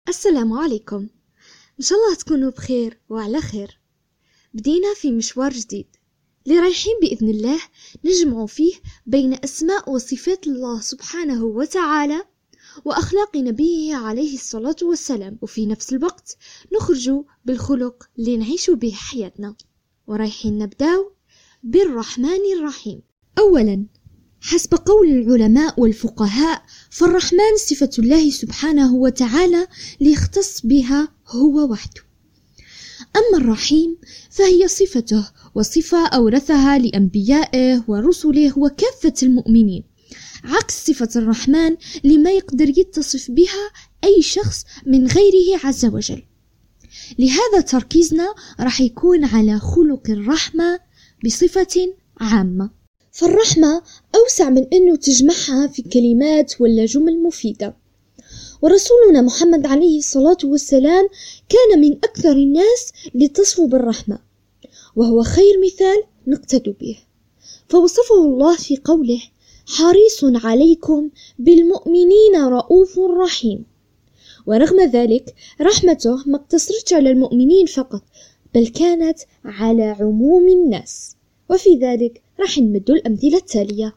السلام عليكم. إن شاء الله تكونوا بخير وعلى خير. بدينا في مشوار جديد اللي رايحين بإذن الله نجمع فيه بين أسماء وصفات الله سبحانه وتعالى وأخلاق نبيه عليه الصلاة والسلام، وفي نفس الوقت نخرج بالخلق اللي نعيش به حياتنا. ورايحين نبداو بالرحمن الرحيم. أولا، حسب قول العلماء والفقهاء فالرحمن صفة الله سبحانه وتعالى ليختص بها هو وحده. أما الرحيم فهي صفته، وصفة أورثها لأنبيائه ورسله وكافة المؤمنين، عكس صفة الرحمن لما يقدر يتصف بها أي شخص من غيره عز وجل. لهذا تركيزنا راح يكون على خلق الرحمة بصفة عامة، فالرحمة أوسع من أنه تجمعها في كلمات ولا جمل مفيدة. ورسولنا محمد عليه الصلاة والسلام كان من أكثر الناس لتصفوا بالرحمة، وهو خير مثال نقتدي به، فوصفه الله في قوله: حريص عليكم بالمؤمنين رؤوف رحيم. ورغم ذلك رحمته ما اقتصرتش على المؤمنين فقط، بل كانت على عموم الناس، وفي ذلك راح نمد الأمثلة التالية.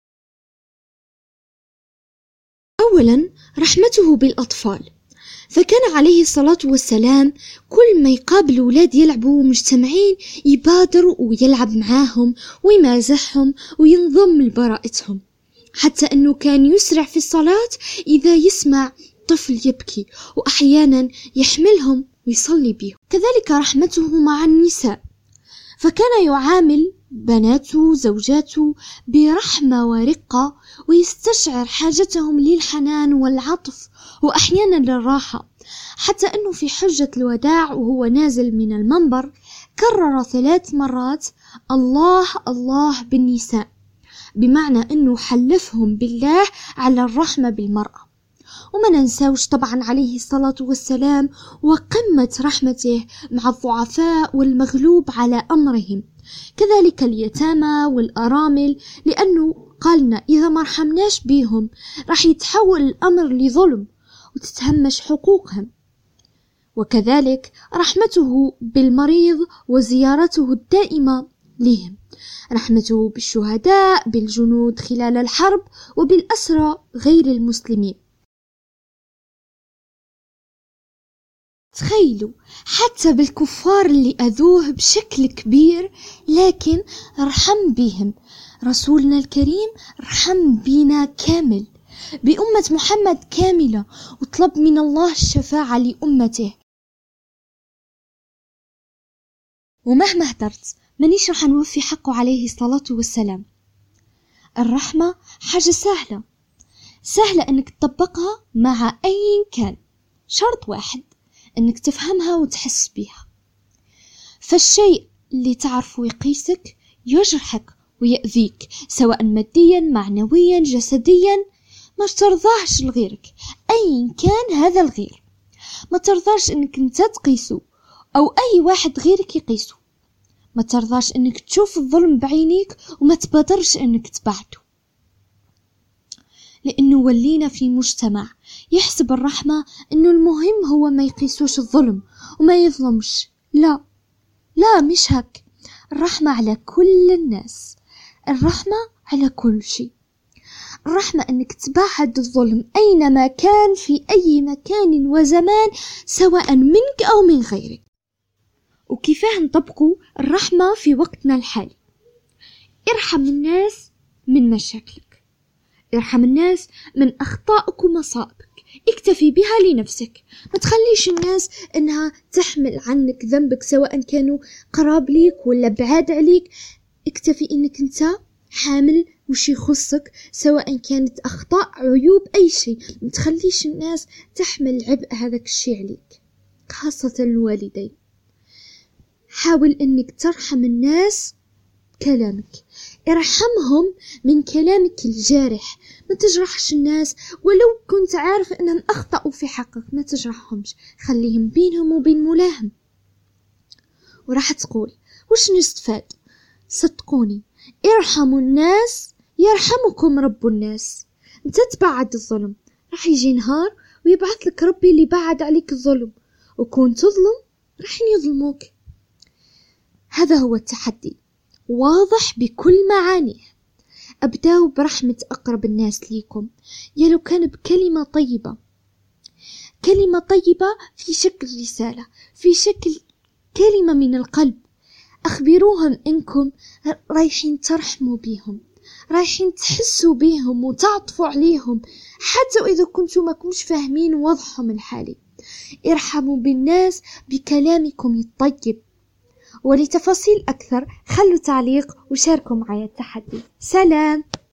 أولا، رحمته بالأطفال، فكان عليه الصلاة والسلام كل ما يقابل أولاد يلعبوا مجتمعين يبادر ويلعب معاهم ويمازحهم وينضم لبراءتهم، حتى أنه كان يسرع في الصلاة إذا يسمع طفل يبكي، وأحيانا يحملهم ويصلي بهم. كذلك رحمته مع النساء، فكان يعامل بناته زوجاته برحمة ورقة، ويستشعر حاجتهم للحنان والعطف وأحيانا للراحة، حتى أنه في حجة الوداع وهو نازل من المنبر كرر 3 مرات الله الله بالنساء، بمعنى أنه حلفهم بالله على الرحمة بالمرأة. وما ننساوش طبعا عليه الصلاة والسلام وقمة رحمته مع الضعفاء والمغلوب على أمرهم، كذلك اليتامى والأرامل، لأنه قالنا إذا ما رحمناش بيهم راح يتحول الأمر لظلم وتتهمش حقوقهم. وكذلك رحمته بالمريض وزيارته الدائمة لهم، رحمته بالشهداء، بالجنود خلال الحرب، وبالأسرى غير المسلمين. تخيلوا حتى بالكفار اللي أذوه بشكل كبير لكن رحم بهم. رسولنا الكريم رحم بنا كامل، بأمة محمد كاملة، وطلب من الله الشفاعة لأمته. ومهما هدرت مانيش رح نوفي حقه عليه الصلاة والسلام. الرحمة حاجة سهلة أنك تطبقها مع أي كان، شرط واحد أنك تفهمها وتحس بيها. فالشيء اللي تعرفه يقيسك يجرحك ويأذيك، سواء ماديا معنويا جسديا، ما ترضاش لغيرك أي كان هذا الغير. ما ترضاش أنك انت تقيسه أو أي واحد غيرك يقيسه. ما ترضاش أنك تشوف الظلم بعينيك وما تبادرش أنك تبعده، لأنه ولينا في مجتمع يحسب الرحمة أنه المهم هو ما يقيسوش الظلم وما يظلمش. لا مش هك. الرحمة على كل الناس، الرحمة على كل شيء. الرحمة أنك تباعد الظلم أينما كان في أي مكان وزمان، سواء منك أو من غيرك. وكيفاه نطبقوا الرحمة في وقتنا الحالي؟ ارحم الناس من مشاكلك، ارحم الناس من أخطائك ومصائبك، اكتفي بها لنفسك. ما تخليش الناس انها تحمل عنك ذنبك، سواء كانوا قراب ليك ولا بعاد عليك. اكتفي انك انت حامل وش يخصك، سواء كانت أخطاء عيوب أي شيء. ما تخليش الناس تحمل عبء هذاك الشيء عليك، خاصة الوالدين. حاول انك ترحم الناس كلامك، ارحمهم من كلامك الجارح. ما تجرحش الناس ولو كنت عارف انهم اخطأوا في حقك، ما تجرحهمش، خليهم بينهم وبين مولاهم. وراح تقول وش نستفاد؟ صدقوني، ارحموا الناس يرحمكم رب الناس. انت تبعد الظلم، راح يجي نهار ويبعث لك ربي اللي بعد عليك الظلم، وكون تظلم راح يظلموك. هذا هو التحدي، واضح بكل معانيه. أبدأوا برحمة أقرب الناس ليكم، يا لو كان بكلمة طيبة، كلمة طيبة في شكل رسالة، في شكل كلمة من القلب. أخبروهم إنكم رايحين ترحموا بيهم، رايحين تحسوا بيهم وتعطفوا عليهم، حتى وإذا كنتم ما كنتش فاهمين وضعهم الحالي. ارحموا بالناس بكلامكم الطيب. ولتفاصيل أكثر خلوا تعليق وشاركوا معي التحدي. سلام.